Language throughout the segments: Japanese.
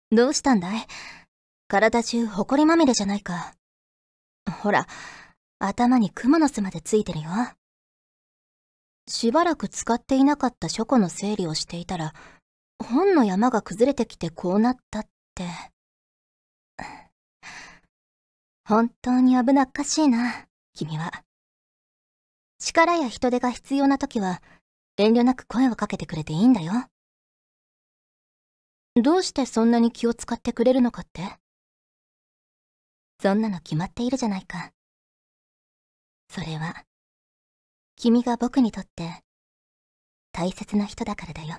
どうしたんだい？体中ほこりまみれじゃないか。ほら、頭にクモの巣までついてるよ。しばらく使っていなかった書庫の整理をしていたら、本の山が崩れてきてこうなったって。本当に危なっかしいな、君は。力や人手が必要な時は、遠慮なく声をかけてくれていいんだよ。どうしてそんなに気を使ってくれるのかって？そんなの決まっているじゃないか。それは、君が僕にとって大切な人だからだよ。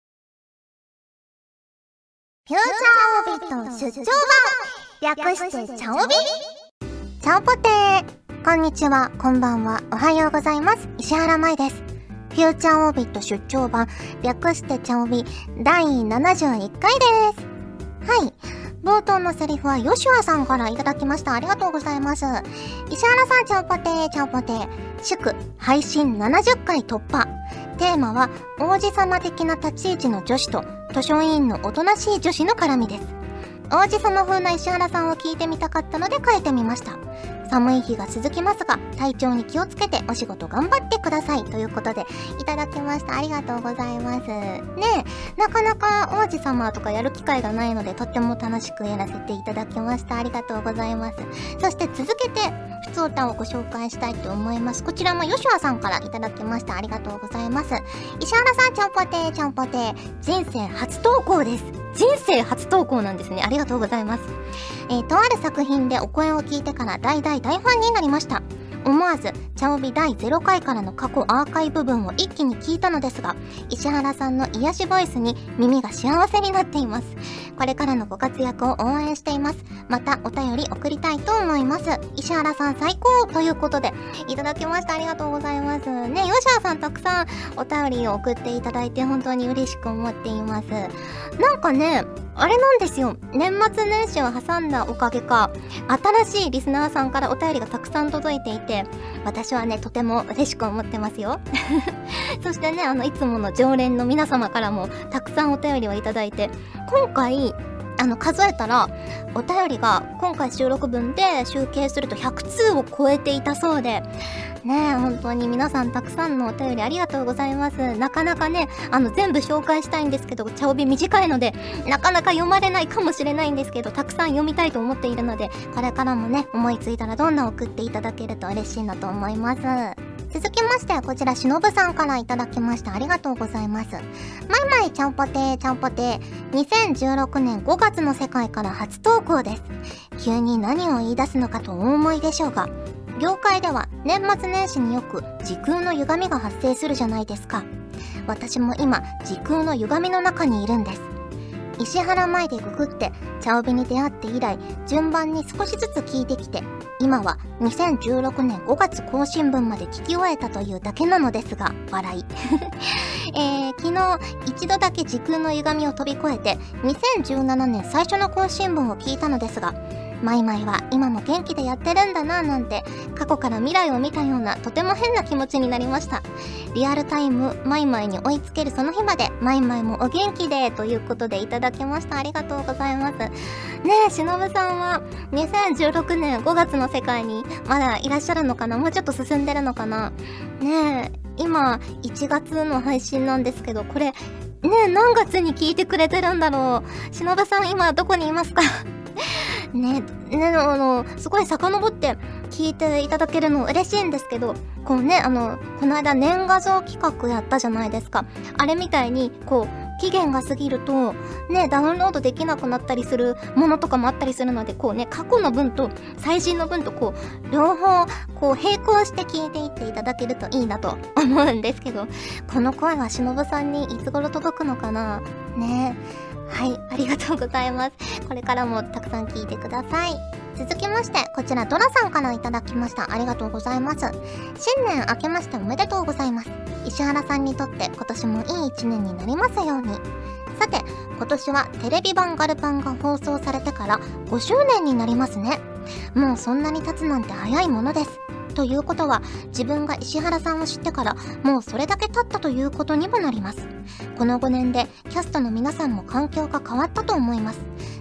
フューチャーオービット出張版、略してチャオビ。チャオポテー、こんにちは、こんばんは、おはようございます。石原舞です。フューチャーオービット出張版、略してチャオビ第71回です。はい。冒頭のセリフはヨシュアさんからいただきました。ありがとうございます。石原さん、チャオポテー、チャオポテー。祝、配信70回突破。テーマは、王子様的な立ち位置の女子と、図書委員のおとなしい女子の絡みです。王子様風な石原さんを聞いてみたかったので書いてみました。寒い日が続きますが、体調に気をつけてお仕事頑張ってくださいということでいただきました。ありがとうございます。ねえ、なかなか王子様とかやる機会がないので、とっても楽しくやらせていただきました。ありがとうございます。そして続けてふつおたをご紹介したいと思います。こちらもヨシュアさんからいただきました。ありがとうございます。石原さん、ちゃんぽてーちゃんぽてー、人生初投稿です。人生初投稿なんですね。ありがとうございます。とある作品でお声を聞いてから大ファンになりました。思わずチャオビ第0回からの過去アーカイブ分を一気に聞いたのですが、石原さんの癒しボイスに耳が幸せになっています。これからのご活躍を応援しています。またお便り送りたいと思います。石原さん最高ということでいただきました。ありがとうございますね。ヨシアさんたくさんお便りを送っていただいて本当に嬉しく思っています。なんかね、あれなんですよ。年末年始を挟んだおかげか、新しいリスナーさんからお便りがたくさん届いていて、私はね、とても嬉しく思ってますよ。そしてね、いつもの常連の皆様からもたくさんお便りをいただいて、今回、数えたら、お便りが今回収録分で集計すると100通を超えていたそうで、ねえ、本当に皆さんたくさんのお便りありがとうございます。なかなかね、全部紹介したいんですけど、チャオビ短いので、なかなか読まれないかもしれないんですけど、たくさん読みたいと思っているので、これからもね、思いついたらどんどん送っていただけると嬉しいなと思います。続きまして、こちらしのぶさんからいただきました。ありがとうございます。まいまいちゃんぽてーちゃんぽてー、2016年5月の世界から初投稿です。急に何を言い出すのかとお思いでしょうが、業界では年末年始によく時空の歪みが発生するじゃないですか。私も今時空の歪みの中にいるんです。石原舞でググってチャオビに出会って以来、順番に少しずつ聞いてきて、今は2016年5月更新分まで聞き終えたというだけなのですが、笑い。昨日一度だけ時空の歪みを飛び越えて2017年最初の更新分を聞いたのですが、マイマイは今も元気でやってるんだなぁなんて、過去から未来を見たようなとても変な気持ちになりました。リアルタイムマイマイに追いつけるその日まで、マイマイもお元気でということでいただきました。ありがとうございます。ねえ、しのぶさんは2016年5月の世界にまだいらっしゃるのかな？もうちょっと進んでるのかな？ねえ、今1月の配信なんですけど、これねえ、何月に聞いてくれてるんだろう。しのぶさん今どこにいますか？ね、すごい遡って聞いていただけるの嬉しいんですけど、こうね、この間年画像企画やったじゃないですか。あれみたいに、こう、期限が過ぎると、ね、ダウンロードできなくなったりするものとかもあったりするので、こうね、過去の分と最新の分とこう、両方、こう、並行して聞いていっていただけるといいなと思うんですけど、この声はしのぶさんにいつ頃届くのかな？ね。はい、ありがとうございます。これからもたくさん聞いてください。続きまして、こちらドラさんからいただきました。ありがとうございます。新年明けましておめでとうございます。石原さんにとって今年もいい一年になりますように。さて、今年はテレビ版ガルパンが放送されてから5周年になりますね。もうそんなに経つなんて早いものです。ということは、自分が石原さんを知ってからもうそれだけ経ったということにもなります。この5年でキャストの皆さんも環境が変わったと思います。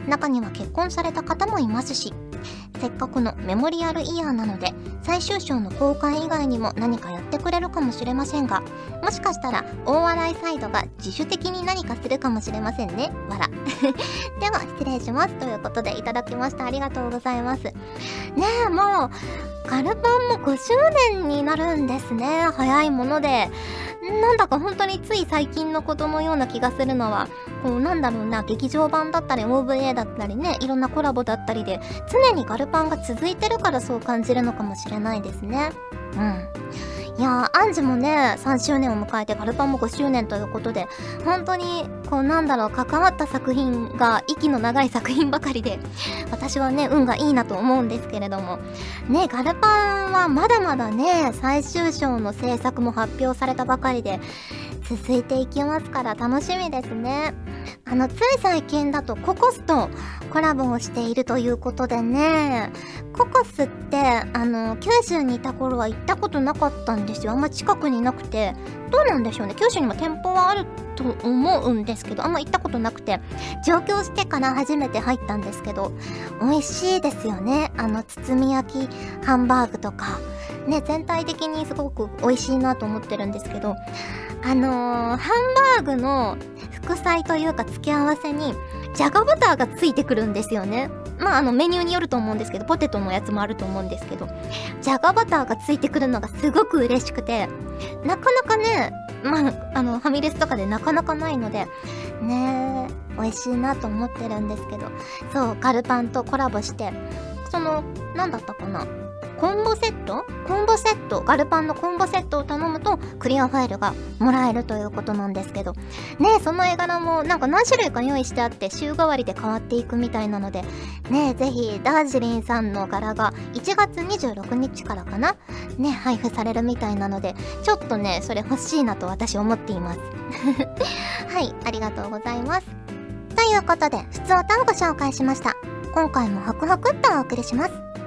中には結婚された方もいますし、せっかくのメモリアルイヤーなので最終章の公開以外にも何かやってくれるかもしれませんが、もしかしたら大笑いサイドが自主的に何かするかもしれませんね。わらでは失礼しますということでいただきました。ありがとうございます。ねえ、もうガルパンも5周年になるんですね。早いもので、なんだか本当につい最近のことのような気がするのは、こうなんだろうな、劇場版だったり OVA だったりね、いろんなコラボだったりで常にガルパンが続いてるからそう感じるのかもしれないですね。いやー、アンジもね3周年を迎えてガルパンも5周年ということで、本当にこうなんだろう、関わった作品が息の長い作品ばかりで、私はね運がいいなと思うんですけれどもね、ガルパンはまだまだね最終章の制作も発表されたばかりで続いていきますから楽しみですね。つい最近だとココスとコラボをしているということでね、ココスって九州にいた頃は行ったことなかったんですよ。あんま近くになくて、どうなんでしょうね、九州にも店舗はあると思うんですけど、あんま行ったことなくて、上京してから初めて入ったんですけど、美味しいですよね。包み焼きハンバーグとかね、全体的にすごく美味しいなと思ってるんですけど、ハンバーグの副菜というか付け合わせにじゃがバターがついてくるんですよね。まあメニューによると思うんですけど、ポテトのやつもあると思うんですけど、じゃがバターがついてくるのがすごく嬉しくて、なかなかね、ファミレスとかでなかなかないのでね、美味しいなと思ってるんですけど、そう、ガルパンとコラボして、なんだったかな、コンボセット、ガルパンのコンボセットを頼むとクリアファイルがもらえるということなんですけどね、その絵柄もなんか何種類か用意してあって週替わりで変わっていくみたいなのでね、ぜひダージリンさんの柄が1月26日からかなね、配布されるみたいなので、ちょっとねそれ欲しいなと私思っていますはい、ありがとうございます。ということでふつおたをご紹介しました。今回もハクハクっとお送りします。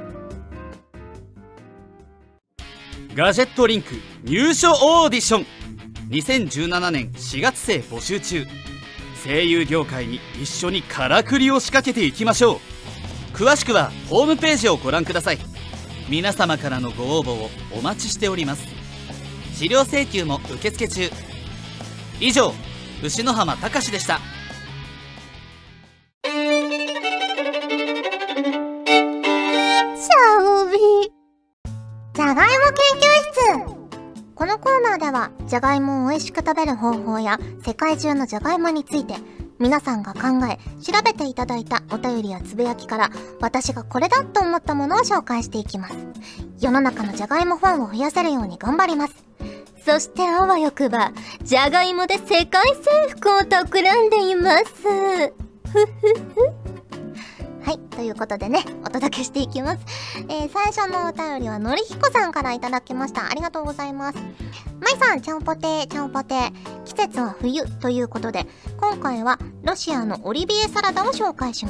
ガジェットリンク入所オーディション2017年4月生募集中。声優業界に一緒にからくりを仕掛けていきましょう。詳しくはホームページをご覧ください。皆様からのご応募をお待ちしております。資料請求も受付中。以上、牛の浜隆でした。 じゃがいも研究室。このコーナーではじゃがいもを美味しく食べる方法や世界中のじゃがいもについて皆さんが考え調べていただいたお便りやつぶやきから私がこれだと思ったものを紹介していきます。世の中のじゃがいもファンを増やせるように頑張ります。そしてあわよくばじゃがいもで世界征服を企んでいます。ふふふ。はい、ということでね、お届けしていきます。最初のお便りはのりひこさんからいただきました。ありがとうございます。まいさん、ちゃんぽてー、ちゃんぽてー。季節は冬ということで、今回はロシアのオリビエサラダを紹介します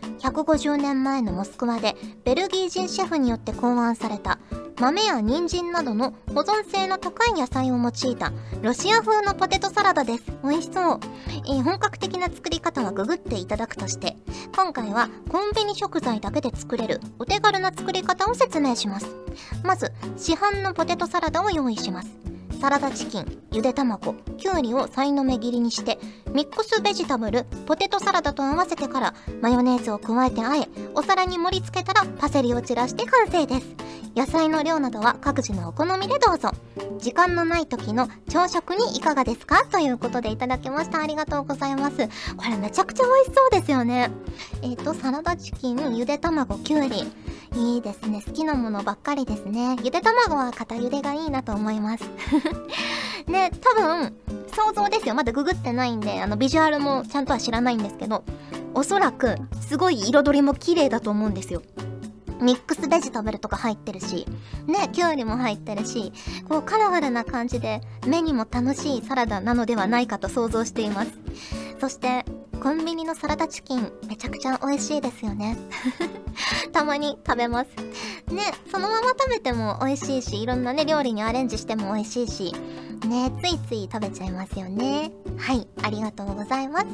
。150年前のモスクワでベルギー人シェフによって考案された豆や人参などの保存性の高い野菜を用いたロシア風のポテトサラダです。美味しそう。本格的な作り方はググっていただくとして、今回はコンビニ食材だけで作れるお手軽な作り方を説明します。まず市販のポテトサラダを用意します。サラダチキン、ゆで卵、きゅうりをさいの目切りにしてミックスベジタブル、ポテトサラダと合わせてからマヨネーズを加えてあえ、お皿に盛り付けたらパセリを散らして完成です。野菜の量などは各自のお好みでどうぞ。時間のない時の朝食にいかがですかということでいただきました。ありがとうございます。これめちゃくちゃ美味しそうですよね。サラダチキン、ゆで卵、きゅうり、いいですね。好きなものばっかりですね。ゆで卵は片ゆでがいいなと思いますね、多分想像ですよ、まだググってないんでビジュアルもちゃんとは知らないんですけど、おそらくすごい彩りも綺麗だと思うんですよ。ミックスベジタブルとか入ってるしね、きゅうりも入ってるし、こうカラフルな感じで目にも楽しいサラダなのではないかと想像しています。そしてコンビニのサラダチキンめちゃくちゃ美味しいですよねたまに食べますね。そのまま食べても美味しいし、いろんなね料理にアレンジしても美味しいしね、ついつい食べちゃいますよね。はい、ありがとうございます。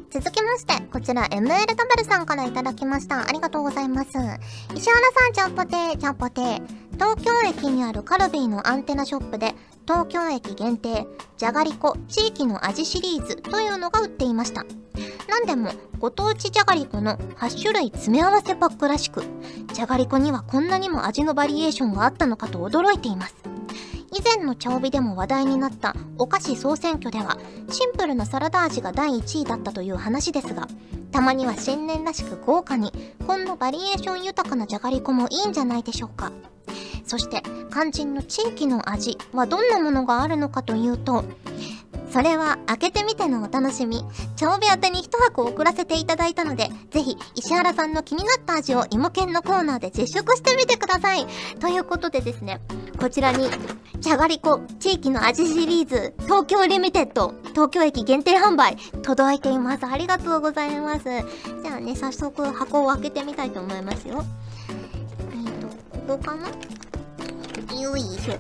続きまして、こちら ML ダブルさんからいただきました。ありがとうございます。石原さん、ちゃんぽてー、ちゃんぽてー。東京駅にあるカルビーのアンテナショップで、東京駅限定、じゃがりこ地域の味シリーズというのが売っていました。なんでも、ご当地じゃがりこの8種類詰め合わせパックらしく、じゃがりこにはこんなにも味のバリエーションがあったのかと驚いています。以前の茶帯でも話題になったお菓子総選挙ではシンプルなサラダ味が第1位だったという話ですが、たまには新年らしく豪華にこんなバリエーション豊かなじゃがりこもいいんじゃないでしょうか。そして肝心の地域の味はどんなものがあるのかというと、それは開けてみてのお楽しみ。茶帯宛てに1箱送らせていただいたので、ぜひ石原さんの気になった味を芋犬のコーナーで実食してみてください。ということでですね、こちらにじゃがりこ地域の味シリーズ東京リミテッド東京駅限定販売届いています。ありがとうございます。じゃあね、早速箱を開けてみたいと思いますよ。ここかな？よいしょ。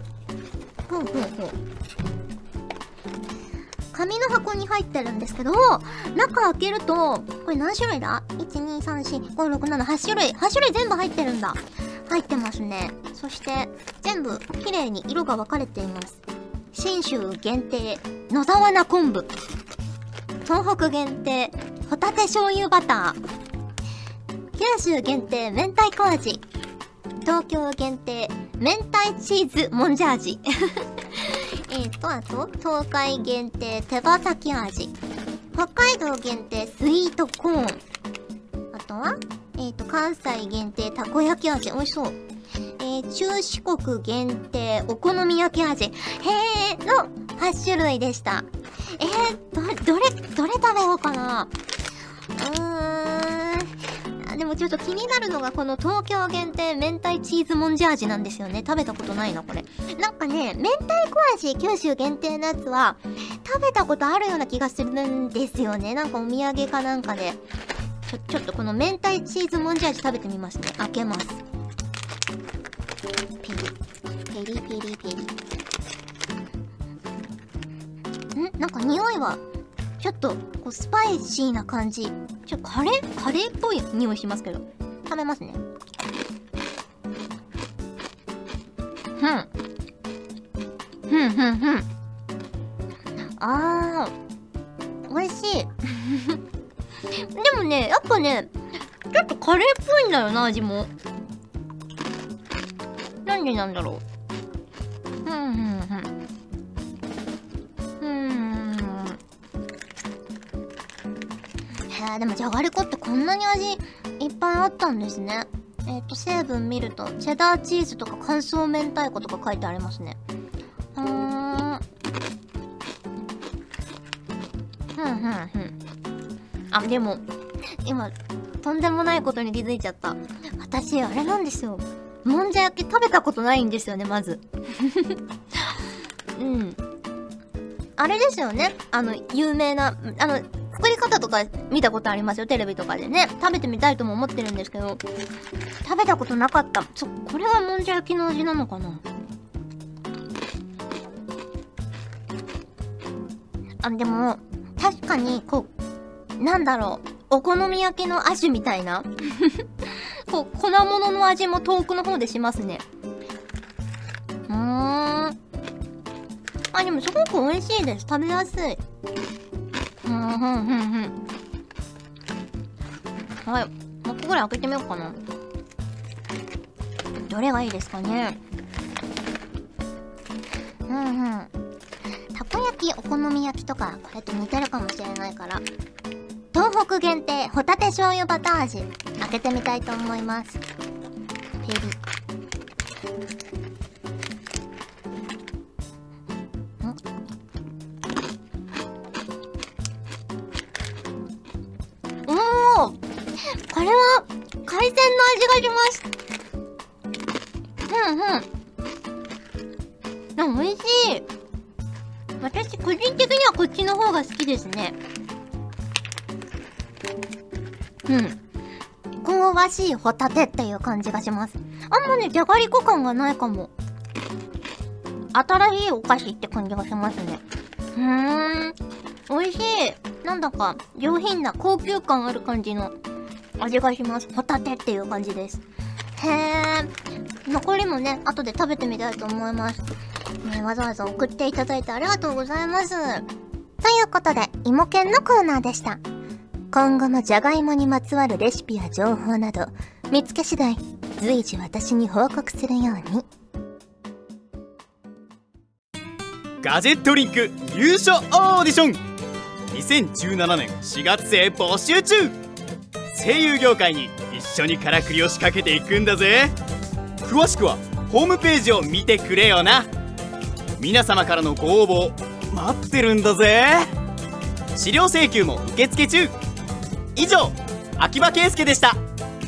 紙の箱に入ってるんですけど、中開けると、これ何種類だ？ 1,2,3,4,5,6,7,8 種類。8種類全部入ってるんだ。入ってますね。そして、全部綺麗に色が分かれています。信州限定、野沢菜昆布。東北限定、ホタテ醤油バター。九州限定、明太子味。東京限定、明太チーズもんじゃ味。あと、東海限定手羽先味。北海道限定スイートコーン。あとは、関西限定たこ焼き味。美味しそう。中四国限定お好み焼き味。の8種類でした。どれ食べようかな。でもちょっと気になるのがこの東京限定明太チーズもんじゃ味なんですよね。食べたことないな、これ。なんかね、明太子味九州限定のやつは食べたことあるような気がするんですよね。なんかお土産かなんかで。ちょっとこの明太チーズもんじゃ味食べてみますね。開けます。ペリペリペリ。なんか匂いはちょっとこうスパイシーな感じ。カレーっぽい匂いしますけど。食べますね。美味しい。でもね、やっぱね、ちょっとカレーっぽいんだよな、味も。なんでなんだろう。でもじゃがりこってこんなに味いっぱいあったんですね。成分見るとチェダーチーズとか乾燥明太子とか書いてありますね。でも今とんでもないことに気づいちゃった。私あれなんですよ、もんじゃ焼き食べたことないんですよね、まず。あれですよね、有名な作り方とか見たことありますよ、テレビとかでね。食べてみたいとも思ってるんですけど、食べたことなかった。これはもんじゃ焼きの味なのかな。でも確かにこう、なんだろう、お好み焼きの味みたいなこう粉物の味も遠くの方でしますね。でもすごく美味しいです。食べやすい。はい、もう一個ぐらい開けてみようかな。どれがいいですかね。たこ焼き、お好み焼きとかこれと似てるかもしれないから、東北限定ホタテ醤油バター味開けてみたいと思います。ペリ。これは海鮮の味がします。美味しい。私個人的にはこっちの方が好きですね。香ばしいホタテっていう感じがします。あんまね、じゃがりこ感がないかも。新しいお菓子って感じがしますね。 美味しい。なんだか上品な高級感ある感じの味がします。ホタテっていう感じです。へえ。残りもね、後で食べてみたいと思います。わざわざ送っていただいてありがとうございます。ということで、芋けんのコーナーでした。今後もじゃがいもにまつわるレシピや情報など、見つけ次第、随時私に報告するように。 ガジェットリンク優勝オーディション2017年4月生募集中。声優業界に一緒にからくりを仕掛けていくんだぜ。詳しくはホームページを見てくれよな。皆様からのご応募待ってるんだぜ。資料請求も受付中。以上、秋葉圭介でした。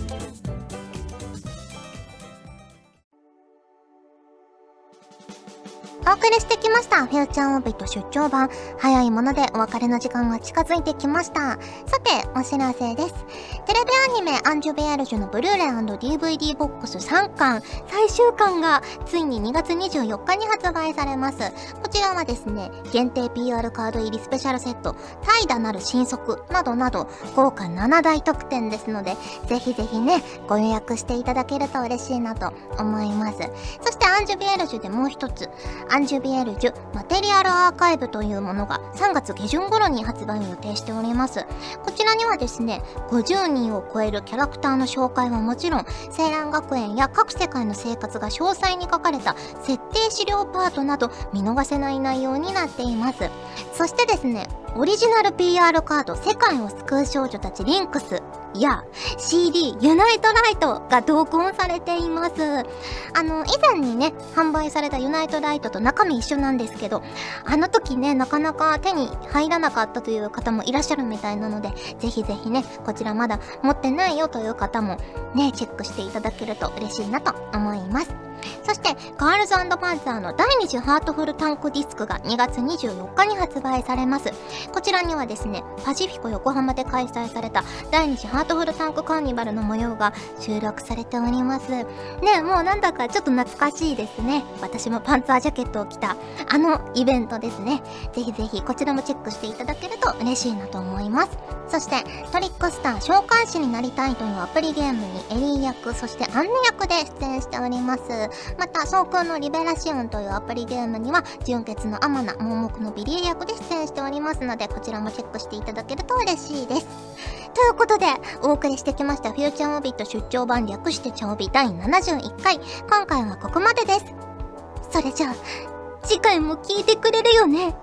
お送りしてきましたフューチャーオービット出張版。早いものでお別れの時間が近づいてきました。さて、お知らせです。テレビアニメアンジュベアルジュのブルーレイ&DVD ボックス3巻最終巻がついに2月24日に発売されます。こちらはですね、限定 PR カード入りスペシャルセット、怠惰なる新作などなど豪華7大特典ですので、ぜひぜひね、ご予約していただけると嬉しいなと思います。そしてアンジュベアルジュでもう一つ、アンジュビエルジュマテリアルアーカイブというものが3月下旬頃に発売を予定しております。こちらにはですね、50人を超えるキャラクターの紹介はもちろん、青蘭学園や各世界の生活が詳細に書かれた設定資料パートなど見逃せない内容になっています。そしてですね、オリジナル PR カード世界を救う少女たちリンクスや CD ユナイトライトが同梱されています。以前にね、販売されたユナイトライトと中身一緒なんですけど、あの時ね、なかなか手に入らなかったという方もいらっしゃるみたいなので、ぜひぜひね、こちらまだ持ってないよという方もね、チェックしていただけると嬉しいなと思います。そしてガールズ&パンツァーの第2次ハートフルタンクディスクが2月24日に発売されます。こちらにはですね、パシフィコ横浜で開催された第2次ハートフルタンクカーニバルの模様が収録されておりますね。もうなんだかちょっと懐かしいですね。私もパンツァージャケットを着たあのイベントですね。ぜひぜひこちらもチェックしていただけると嬉しいなと思います。そしてトリックスター召喚師になりたいというアプリゲームにエリー役、そしてアンネ役で出演しております。また総空のリベラシオンというアプリゲームには純血のアマナ、盲目のビリエ役で出演しておりますので、こちらもチェックしていただけると嬉しいです。ということでお送りしてきましたフューチャーオービット出張版略してチャオビ第71回、今回はここまでです。それじゃあ次回も聞いてくれるよね。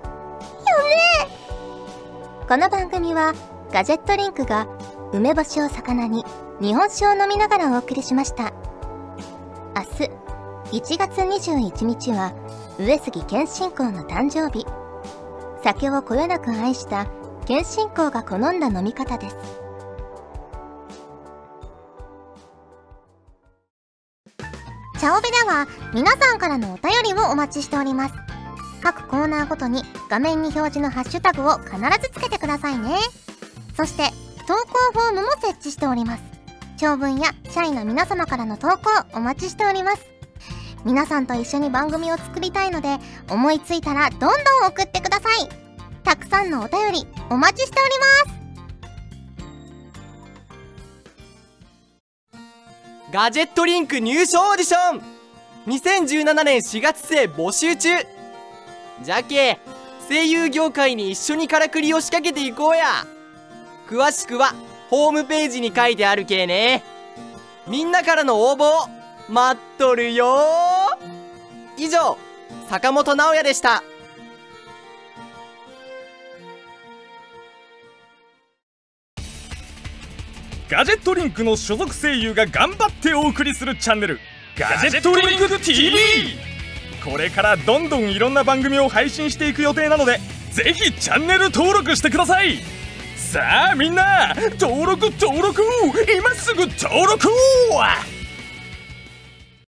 この番組はガジェットリンクが梅干しを魚に日本酒を飲みながらお送りしました。明日1月21日は上杉謙信公の誕生日。酒をこよなく愛した謙信公が好んだ飲み方です。チャオベでは皆さんからのお便りをお待ちしております。各コーナーごとに画面に表示のハッシュタグを必ずつけてくださいね。そして投稿フォームも設置しております。長文や社員の皆様からの投稿お待ちしております。皆さんと一緒に番組を作りたいので、思いついたらどんどん送ってください。たくさんのお便りお待ちしております。 ガジェットリンク入賞オーディション2017年4月生募集中。じゃけ声優業界に一緒にからくりを仕掛けていこうや。詳しくはホームページに書いてあるけね。みんなからの応募待っとるよ。以上、坂本直也でした。 ガジェットリンクの所属声優が頑張ってお送りするチャンネルガジェットリンク TV。 これからどんどんいろんな番組を配信していく予定なので、ぜひチャンネル登録してください。さあみんな登録今すぐ登録